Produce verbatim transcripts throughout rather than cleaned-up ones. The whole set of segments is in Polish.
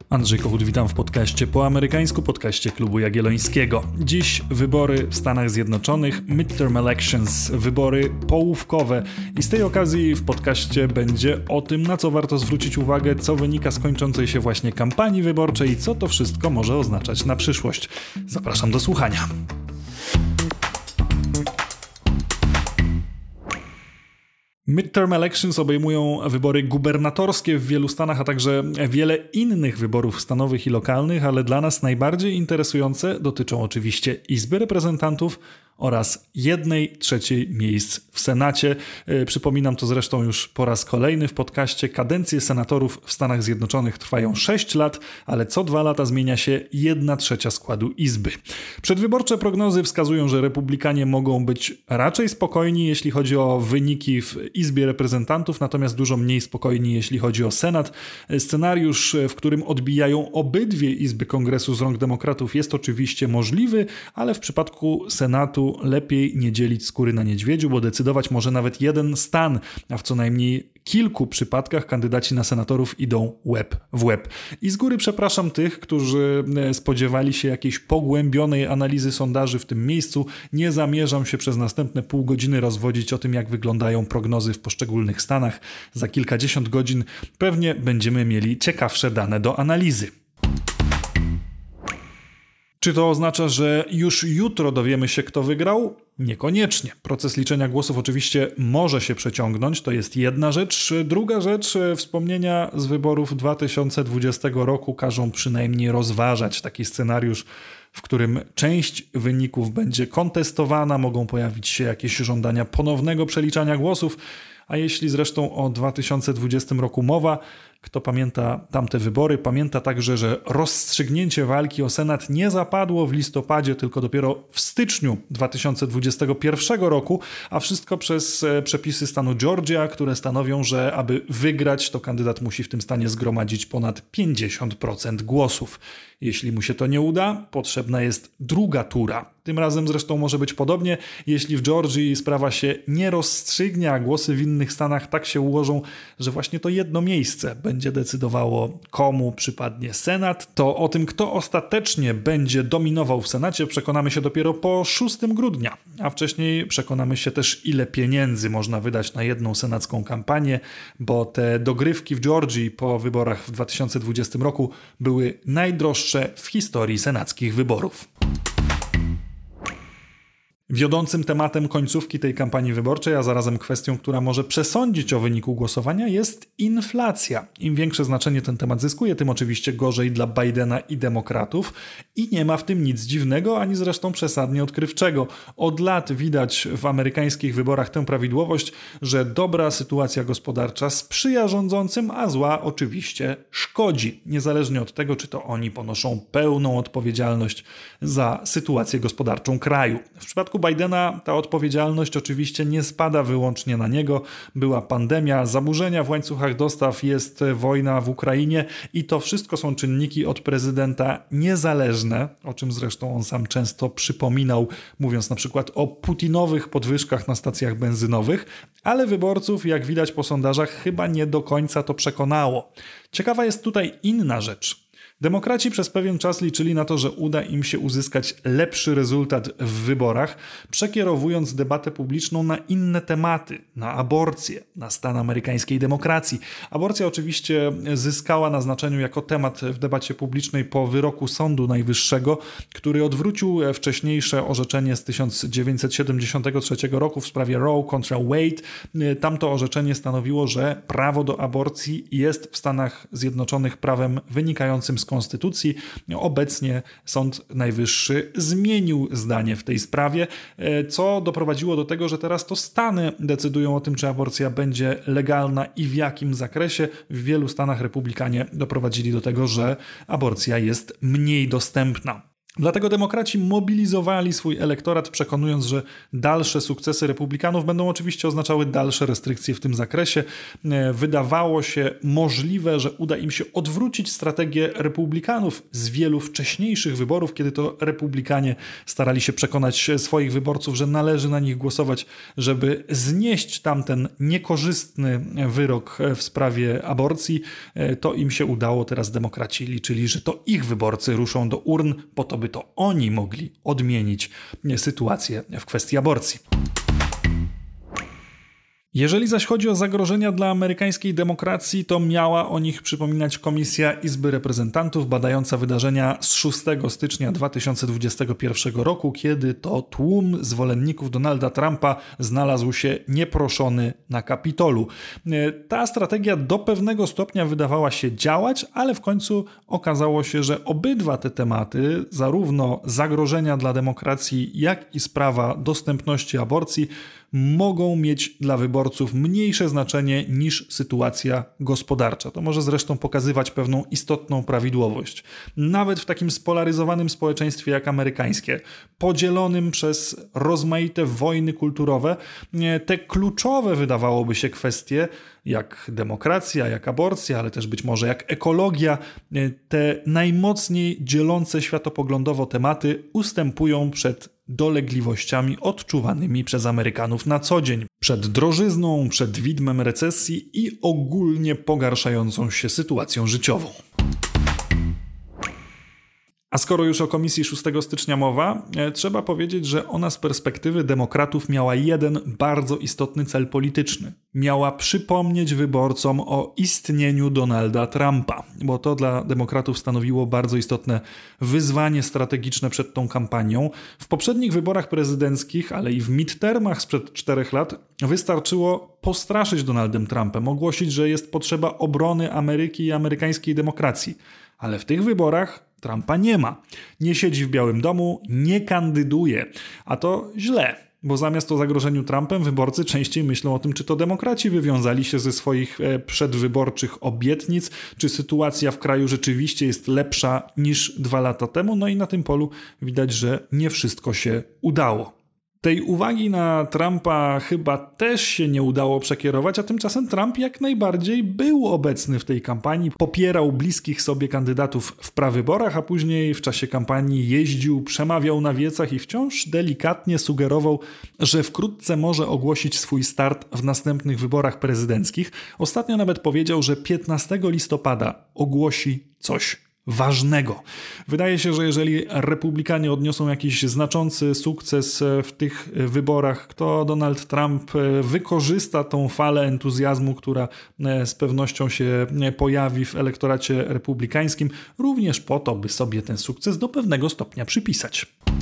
Andrzej Kochut, witam w podcaście po amerykańsku, podcaście Klubu Jagiellońskiego. Dziś wybory w Stanach Zjednoczonych, midterm elections, wybory połówkowe i z tej okazji w podcaście będzie o tym, na co warto zwrócić uwagę, co wynika z kończącej się właśnie kampanii wyborczej i co to wszystko może oznaczać na przyszłość. Zapraszam do słuchania. Midterm elections obejmują wybory gubernatorskie w wielu stanach, a także wiele innych wyborów stanowych i lokalnych, ale dla nas najbardziej interesujące dotyczą oczywiście Izby Reprezentantów oraz jednej trzeciej miejsc w Senacie. Przypominam to zresztą już po raz kolejny w podcaście. Kadencje senatorów w Stanach Zjednoczonych trwają sześć lat, ale co dwa lata zmienia się jedna trzecia składu Izby. Przedwyborcze prognozy wskazują, że republikanie mogą być raczej spokojni, jeśli chodzi o wyniki w Izbie Reprezentantów, natomiast dużo mniej spokojni, jeśli chodzi o Senat. Scenariusz, w którym odbijają obydwie Izby Kongresu z rąk demokratów, jest oczywiście możliwy, ale w przypadku Senatu lepiej nie dzielić skóry na niedźwiedziu, bo decydować może nawet jeden stan, a w co najmniej kilku przypadkach kandydaci na senatorów idą łeb w łeb. I z góry przepraszam tych, którzy spodziewali się jakiejś pogłębionej analizy sondaży w tym miejscu. Nie zamierzam się przez następne pół godziny rozwodzić o tym, jak wyglądają prognozy w poszczególnych stanach. Za kilkadziesiąt godzin pewnie będziemy mieli ciekawsze dane do analizy. Czy to oznacza, że już jutro dowiemy się, kto wygrał? Niekoniecznie. Proces liczenia głosów oczywiście może się przeciągnąć, to jest jedna rzecz. Druga rzecz, wspomnienia z wyborów dwa tysiące dwudziestego roku każą przynajmniej rozważać taki scenariusz, w którym część wyników będzie kontestowana, mogą pojawić się jakieś żądania ponownego przeliczania głosów, a jeśli zresztą o dwa tysiące dwudziestym roku mowa, kto pamięta tamte wybory, pamięta także, że rozstrzygnięcie walki o Senat nie zapadło w listopadzie, tylko dopiero w styczniu dwa tysiące dwudziestego pierwszego roku, a wszystko przez przepisy stanu Georgia, które stanowią, że aby wygrać, to kandydat musi w tym stanie zgromadzić ponad pięćdziesiąt procent głosów. Jeśli mu się to nie uda, potrzebna jest druga tura. Tym razem zresztą może być podobnie. Jeśli w Georgii sprawa się nie rozstrzygnie, a głosy w innych stanach tak się ułożą, że właśnie to jedno miejsce będzie decydowało, komu przypadnie Senat, to o tym, kto ostatecznie będzie dominował w Senacie, przekonamy się dopiero po szóstego grudnia. A wcześniej przekonamy się też, ile pieniędzy można wydać na jedną senacką kampanię, bo te dogrywki w Georgii po wyborach w dwa tysiące dwudziestym roku były najdroższe w historii senackich wyborów. Wiodącym tematem końcówki tej kampanii wyborczej, a zarazem kwestią, która może przesądzić o wyniku głosowania, jest inflacja. Im większe znaczenie ten temat zyskuje, tym oczywiście gorzej dla Bidena i demokratów i nie ma w tym nic dziwnego, ani zresztą przesadnie odkrywczego. Od lat widać w amerykańskich wyborach tę prawidłowość, że dobra sytuacja gospodarcza sprzyja rządzącym, a zła oczywiście szkodzi, niezależnie od tego, czy to oni ponoszą pełną odpowiedzialność za sytuację gospodarczą kraju. W przypadku Bidena ta odpowiedzialność oczywiście nie spada wyłącznie na niego. Była pandemia, zaburzenia w łańcuchach dostaw, jest wojna w Ukrainie i to wszystko są czynniki od prezydenta niezależne, o czym zresztą on sam często przypominał, mówiąc na przykład o putinowych podwyżkach na stacjach benzynowych, ale wyborców, jak widać po sondażach, chyba nie do końca to przekonało. Ciekawa jest tutaj inna rzecz. Demokraci przez pewien czas liczyli na to, że uda im się uzyskać lepszy rezultat w wyborach, przekierowując debatę publiczną na inne tematy, na aborcję, na stan amerykańskiej demokracji. Aborcja oczywiście zyskała na znaczeniu jako temat w debacie publicznej po wyroku Sądu Najwyższego, który odwrócił wcześniejsze orzeczenie z tysiąc dziewięćset siedemdziesiątego trzeciego roku w sprawie Roe kontra Wade. Tamto orzeczenie stanowiło, że prawo do aborcji jest w Stanach Zjednoczonych prawem wynikającym z konstytucji. Obecnie Sąd Najwyższy zmienił zdanie w tej sprawie, co doprowadziło do tego, że teraz to Stany decydują o tym, czy aborcja będzie legalna i w jakim zakresie. W wielu stanach republikanie doprowadzili do tego, że aborcja jest mniej dostępna. Dlatego demokraci mobilizowali swój elektorat, przekonując, że dalsze sukcesy republikanów będą oczywiście oznaczały dalsze restrykcje w tym zakresie. Wydawało się możliwe, że uda im się odwrócić strategię republikanów z wielu wcześniejszych wyborów, kiedy to republikanie starali się przekonać swoich wyborców, że należy na nich głosować, żeby znieść tamten niekorzystny wyrok w sprawie aborcji. To im się udało. Teraz demokraci liczyli, że to ich wyborcy ruszą do urn po to, by to oni mogli odmienić sytuację w kwestii aborcji. Jeżeli zaś chodzi o zagrożenia dla amerykańskiej demokracji, to miała o nich przypominać Komisja Izby Reprezentantów badająca wydarzenia z szóstego stycznia dwa tysiące dwudziestego pierwszego roku, kiedy to tłum zwolenników Donalda Trumpa znalazł się nieproszony na Kapitolu. Ta strategia do pewnego stopnia wydawała się działać, ale w końcu okazało się, że obydwa te tematy, zarówno zagrożenia dla demokracji, jak i sprawa dostępności aborcji, mogą mieć dla wyborców mniejsze znaczenie niż sytuacja gospodarcza. To może zresztą pokazywać pewną istotną prawidłowość. Nawet w takim spolaryzowanym społeczeństwie jak amerykańskie, podzielonym przez rozmaite wojny kulturowe, te kluczowe wydawałoby się kwestie, jak demokracja, jak aborcja, ale też być może jak ekologia, te najmocniej dzielące światopoglądowo tematy ustępują przed dolegliwościami odczuwanymi przez Amerykanów na co dzień. Przed drożyzną, przed widmem recesji i ogólnie pogarszającą się sytuacją życiową. A skoro już o Komisji szóstego stycznia mowa, trzeba powiedzieć, że ona z perspektywy demokratów miała jeden bardzo istotny cel polityczny. Miała przypomnieć wyborcom o istnieniu Donalda Trumpa, bo to dla demokratów stanowiło bardzo istotne wyzwanie strategiczne przed tą kampanią. W poprzednich wyborach prezydenckich, ale i w midtermach sprzed czterech lat wystarczyło postraszyć Donaldem Trumpem, ogłosić, że jest potrzeba obrony Ameryki i amerykańskiej demokracji. Ale w tych wyborach Trumpa nie ma. Nie siedzi w Białym Domu, nie kandyduje. A to źle, bo zamiast o zagrożeniu Trumpem wyborcy częściej myślą o tym, czy to demokraci wywiązali się ze swoich przedwyborczych obietnic, czy sytuacja w kraju rzeczywiście jest lepsza niż dwa lata temu. No i na tym polu widać, że nie wszystko się udało. Tej uwagi na Trumpa chyba też się nie udało przekierować, a tymczasem Trump jak najbardziej był obecny w tej kampanii, popierał bliskich sobie kandydatów w prawyborach, a później w czasie kampanii jeździł, przemawiał na wiecach i wciąż delikatnie sugerował, że wkrótce może ogłosić swój start w następnych wyborach prezydenckich. Ostatnio nawet powiedział, że piętnastego listopada ogłosi coś ważnego. Wydaje się, że jeżeli republikanie odniosą jakiś znaczący sukces w tych wyborach, to Donald Trump wykorzysta tą falę entuzjazmu, która z pewnością się pojawi w elektoracie republikańskim, również po to, by sobie ten sukces do pewnego stopnia przypisać.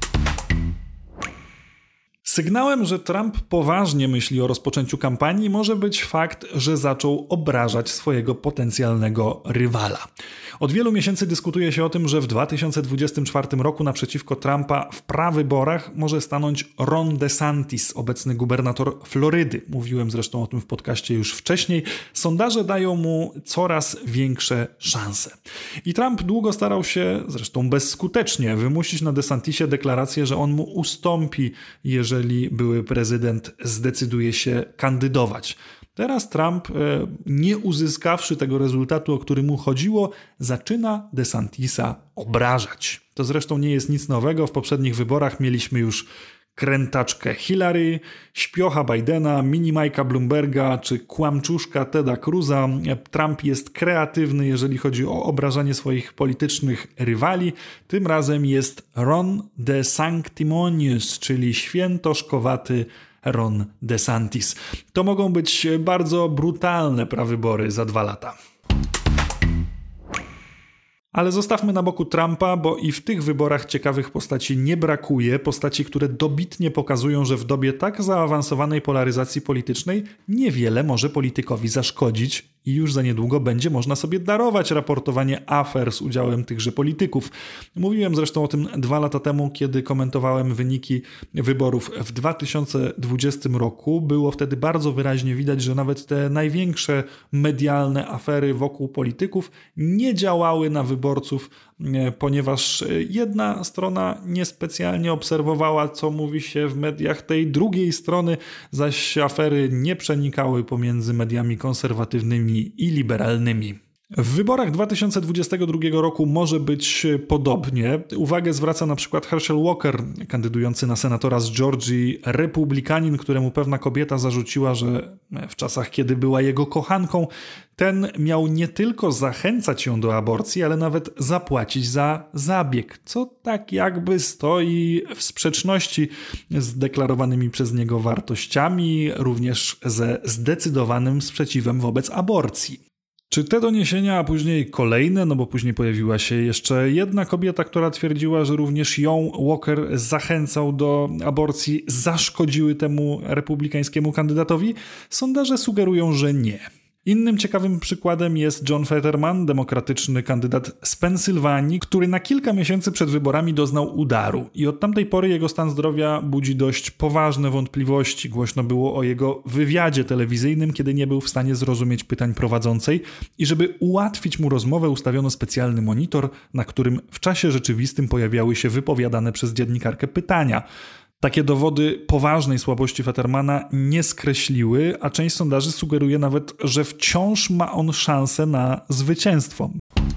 Sygnałem, że Trump poważnie myśli o rozpoczęciu kampanii, może być fakt, że zaczął obrażać swojego potencjalnego rywala. Od wielu miesięcy dyskutuje się o tym, że w dwa tysiące dwudziestym czwartym roku naprzeciwko Trumpa w prawyborach może stanąć Ron DeSantis, obecny gubernator Florydy. Mówiłem zresztą o tym w podcaście już wcześniej. Sondaże dają mu coraz większe szanse. I Trump długo starał się, zresztą bezskutecznie, wymusić na DeSantisie deklarację, że on mu ustąpi, jeżeli były prezydent zdecyduje się kandydować. Teraz Trump, nie uzyskawszy tego rezultatu, o który mu chodziło, zaczyna DeSantisa obrażać. To zresztą nie jest nic nowego. W poprzednich wyborach mieliśmy już krętaczkę Hillary, śpiocha Bidena, mini Mike'a Bloomberga czy kłamczuszka Teda Cruza. Trump jest kreatywny, jeżeli chodzi o obrażanie swoich politycznych rywali. Tym razem jest Ron DeSanctimonious, czyli świętoszkowaty Ron DeSantis. To mogą być bardzo brutalne prawybory za dwa lata. Ale zostawmy na boku Trumpa, bo i w tych wyborach ciekawych postaci nie brakuje. Postaci, które dobitnie pokazują, że w dobie tak zaawansowanej polaryzacji politycznej niewiele może politykowi zaszkodzić i już za niedługo będzie można sobie darować raportowanie afer z udziałem tychże polityków. Mówiłem zresztą o tym dwa lata temu, kiedy komentowałem wyniki wyborów w dwa tysiące dwudziestym roku. Było wtedy bardzo wyraźnie widać, że nawet te największe medialne afery wokół polityków nie działały na wybory wyborców, ponieważ jedna strona niespecjalnie obserwowała, co mówi się w mediach tej drugiej strony, zaś afery nie przenikały pomiędzy mediami konserwatywnymi i liberalnymi. W wyborach dwa tysiące dwudziestego drugiego roku może być podobnie. Uwagę zwraca na przykład Herschel Walker, kandydujący na senatora z Georgii, republikanin, któremu pewna kobieta zarzuciła, że w czasach, kiedy była jego kochanką, ten miał nie tylko zachęcać ją do aborcji, ale nawet zapłacić za zabieg, co tak jakby stoi w sprzeczności z deklarowanymi przez niego wartościami, również ze zdecydowanym sprzeciwem wobec aborcji. Czy te doniesienia, a później kolejne, no bo później pojawiła się jeszcze jedna kobieta, która twierdziła, że również ją Walker zachęcał do aborcji, zaszkodziły temu republikańskiemu kandydatowi? Sondaże sugerują, że nie. Innym ciekawym przykładem jest John Fetterman, demokratyczny kandydat z Pensylwanii, który na kilka miesięcy przed wyborami doznał udaru i od tamtej pory jego stan zdrowia budzi dość poważne wątpliwości. Głośno było o jego wywiadzie telewizyjnym, kiedy nie był w stanie zrozumieć pytań prowadzącej i żeby ułatwić mu rozmowę, ustawiono specjalny monitor, na którym w czasie rzeczywistym pojawiały się wypowiadane przez dziennikarkę pytania. Takie dowody poważnej słabości Fettermana nie skreśliły, a część sondaży sugeruje nawet, że wciąż ma on szansę na zwycięstwo.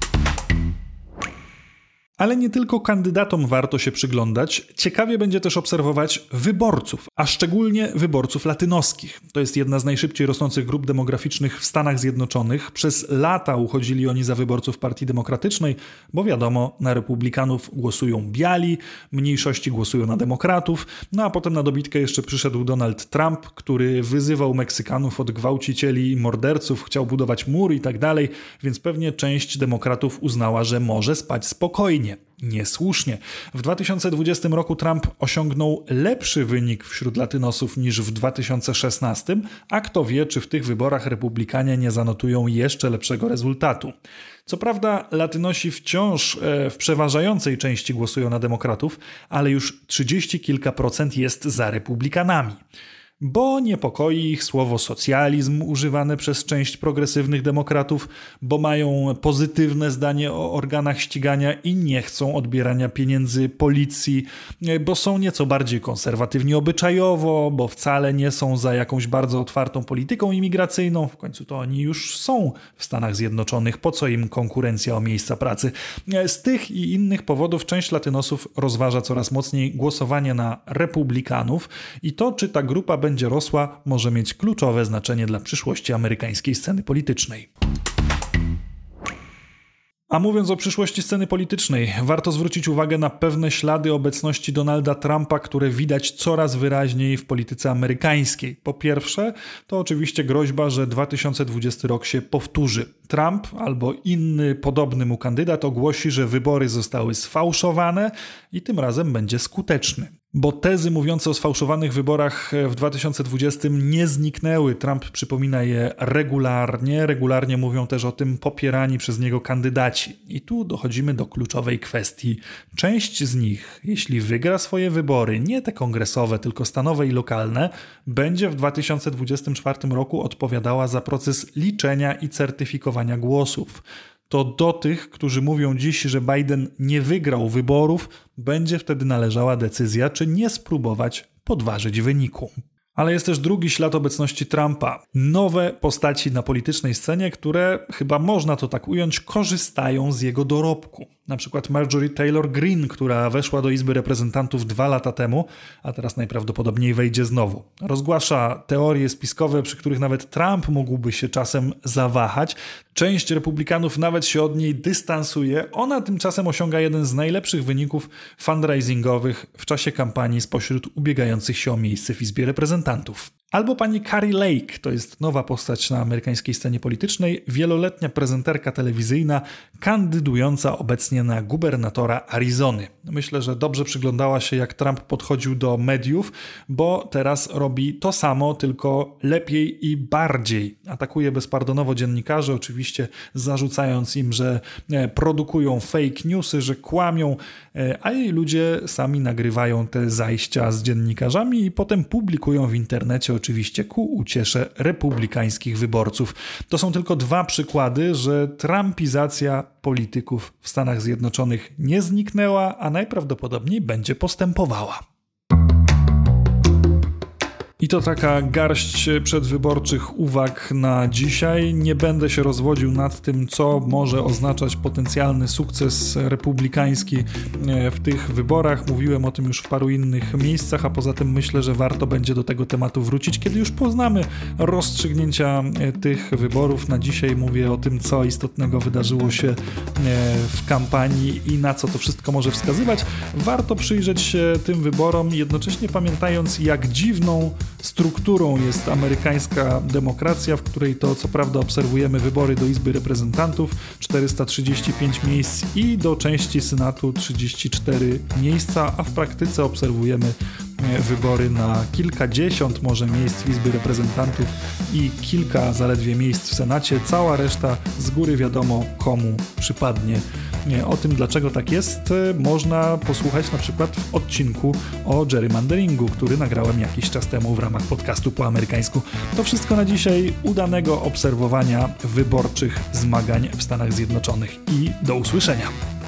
Ale nie tylko kandydatom warto się przyglądać, ciekawie będzie też obserwować wyborców, a szczególnie wyborców latynoskich. To jest jedna z najszybciej rosnących grup demograficznych w Stanach Zjednoczonych. Przez lata uchodzili oni za wyborców Partii Demokratycznej, bo wiadomo, na republikanów głosują biali, mniejszości głosują na demokratów, no a potem na dobitkę jeszcze przyszedł Donald Trump, który wyzywał Meksykanów od gwałcicieli i morderców, chciał budować mur i tak dalej, więc pewnie część demokratów uznała, że może spać spokojnie. Niesłusznie. W dwa tysiące dwudziestym roku Trump osiągnął lepszy wynik wśród latynosów niż w dwa tysiące szesnastym, a kto wie, czy w tych wyborach republikanie nie zanotują jeszcze lepszego rezultatu. Co prawda latynosi wciąż w przeważającej części głosują na demokratów, ale już trzydzieści kilka procent jest za republikanami. Bo niepokoi ich słowo socjalizm używane przez część progresywnych demokratów, bo mają pozytywne zdanie o organach ścigania i nie chcą odbierania pieniędzy policji, bo są nieco bardziej konserwatywni obyczajowo, bo wcale nie są za jakąś bardzo otwartą polityką imigracyjną. W końcu to oni już są w Stanach Zjednoczonych, po co im konkurencja o miejsca pracy. Z tych i innych powodów część latynosów rozważa coraz mocniej głosowanie na republikanów i to, czy ta grupa będzie będzie rosła, może mieć kluczowe znaczenie dla przyszłości amerykańskiej sceny politycznej. A mówiąc o przyszłości sceny politycznej, warto zwrócić uwagę na pewne ślady obecności Donalda Trumpa, które widać coraz wyraźniej w polityce amerykańskiej. Po pierwsze, to oczywiście groźba, że dwa tysiące dwudziesty rok się powtórzy. Trump albo inny podobny mu kandydat ogłosi, że wybory zostały sfałszowane i tym razem będzie skuteczny. Bo tezy mówiące o sfałszowanych wyborach w dwa tysiące dwudziestym nie zniknęły. Trump przypomina je regularnie. Regularnie mówią też o tym popierani przez niego kandydaci. I tu dochodzimy do kluczowej kwestii. Część z nich, jeśli wygra swoje wybory, nie te kongresowe, tylko stanowe i lokalne, będzie w dwa tysiące dwudziestym czwartym roku odpowiadała za proces liczenia i certyfikowania głosów. To do tych, którzy mówią dziś, że Biden nie wygrał wyborów, będzie wtedy należała decyzja, czy nie spróbować podważyć wyniku. Ale jest też drugi ślad obecności Trumpa. Nowe postaci na politycznej scenie, które, chyba można to tak ująć, korzystają z jego dorobku. Na przykład Marjorie Taylor Greene, która weszła do Izby Reprezentantów dwa lata temu, a teraz najprawdopodobniej wejdzie znowu. Rozgłasza teorie spiskowe, przy których nawet Trump mógłby się czasem zawahać. Część republikanów nawet się od niej dystansuje. Ona tymczasem osiąga jeden z najlepszych wyników fundraisingowych w czasie kampanii spośród ubiegających się o miejsce w Izbie Reprezentantów. Albo pani Kari Lake, to jest nowa postać na amerykańskiej scenie politycznej, wieloletnia prezenterka telewizyjna, kandydująca obecnie na gubernatora Arizony. Myślę, że dobrze przyglądała się, jak Trump podchodził do mediów, bo teraz robi to samo, tylko lepiej i bardziej. Atakuje bezpardonowo dziennikarzy, oczywiście zarzucając im, że produkują fake newsy, że kłamią, a jej ludzie sami nagrywają te zajścia z dziennikarzami i potem publikują w internecie, oczywiście ku uciesze republikańskich wyborców. To są tylko dwa przykłady, że trumpizacja polityków w Stanach Zjednoczonych nie zniknęła, a najprawdopodobniej będzie postępowała. I to taka garść przedwyborczych uwag na dzisiaj. Nie będę się rozwodził nad tym, co może oznaczać potencjalny sukces republikański w tych wyborach. Mówiłem o tym już w paru innych miejscach, a poza tym myślę, że warto będzie do tego tematu wrócić, kiedy już poznamy rozstrzygnięcia tych wyborów. Na dzisiaj mówię o tym, co istotnego wydarzyło się w kampanii i na co to wszystko może wskazywać. Warto przyjrzeć się tym wyborom, jednocześnie pamiętając, jak dziwną strukturą jest amerykańska demokracja, w której to co prawda obserwujemy wybory do Izby Reprezentantów, czterysta trzydzieści pięć miejsc i do części Senatu trzydzieści cztery miejsca, a w praktyce obserwujemy wybory na kilkadziesiąt może miejsc w Izbie Reprezentantów i kilka zaledwie miejsc w Senacie. Cała reszta z góry wiadomo komu przypadnie. O tym, dlaczego tak jest, można posłuchać na przykład w odcinku o gerrymanderingu, który nagrałem jakiś czas temu w ramach podcastu po amerykańsku. To wszystko na dzisiaj. Udanego obserwowania wyborczych zmagań w Stanach Zjednoczonych i do usłyszenia.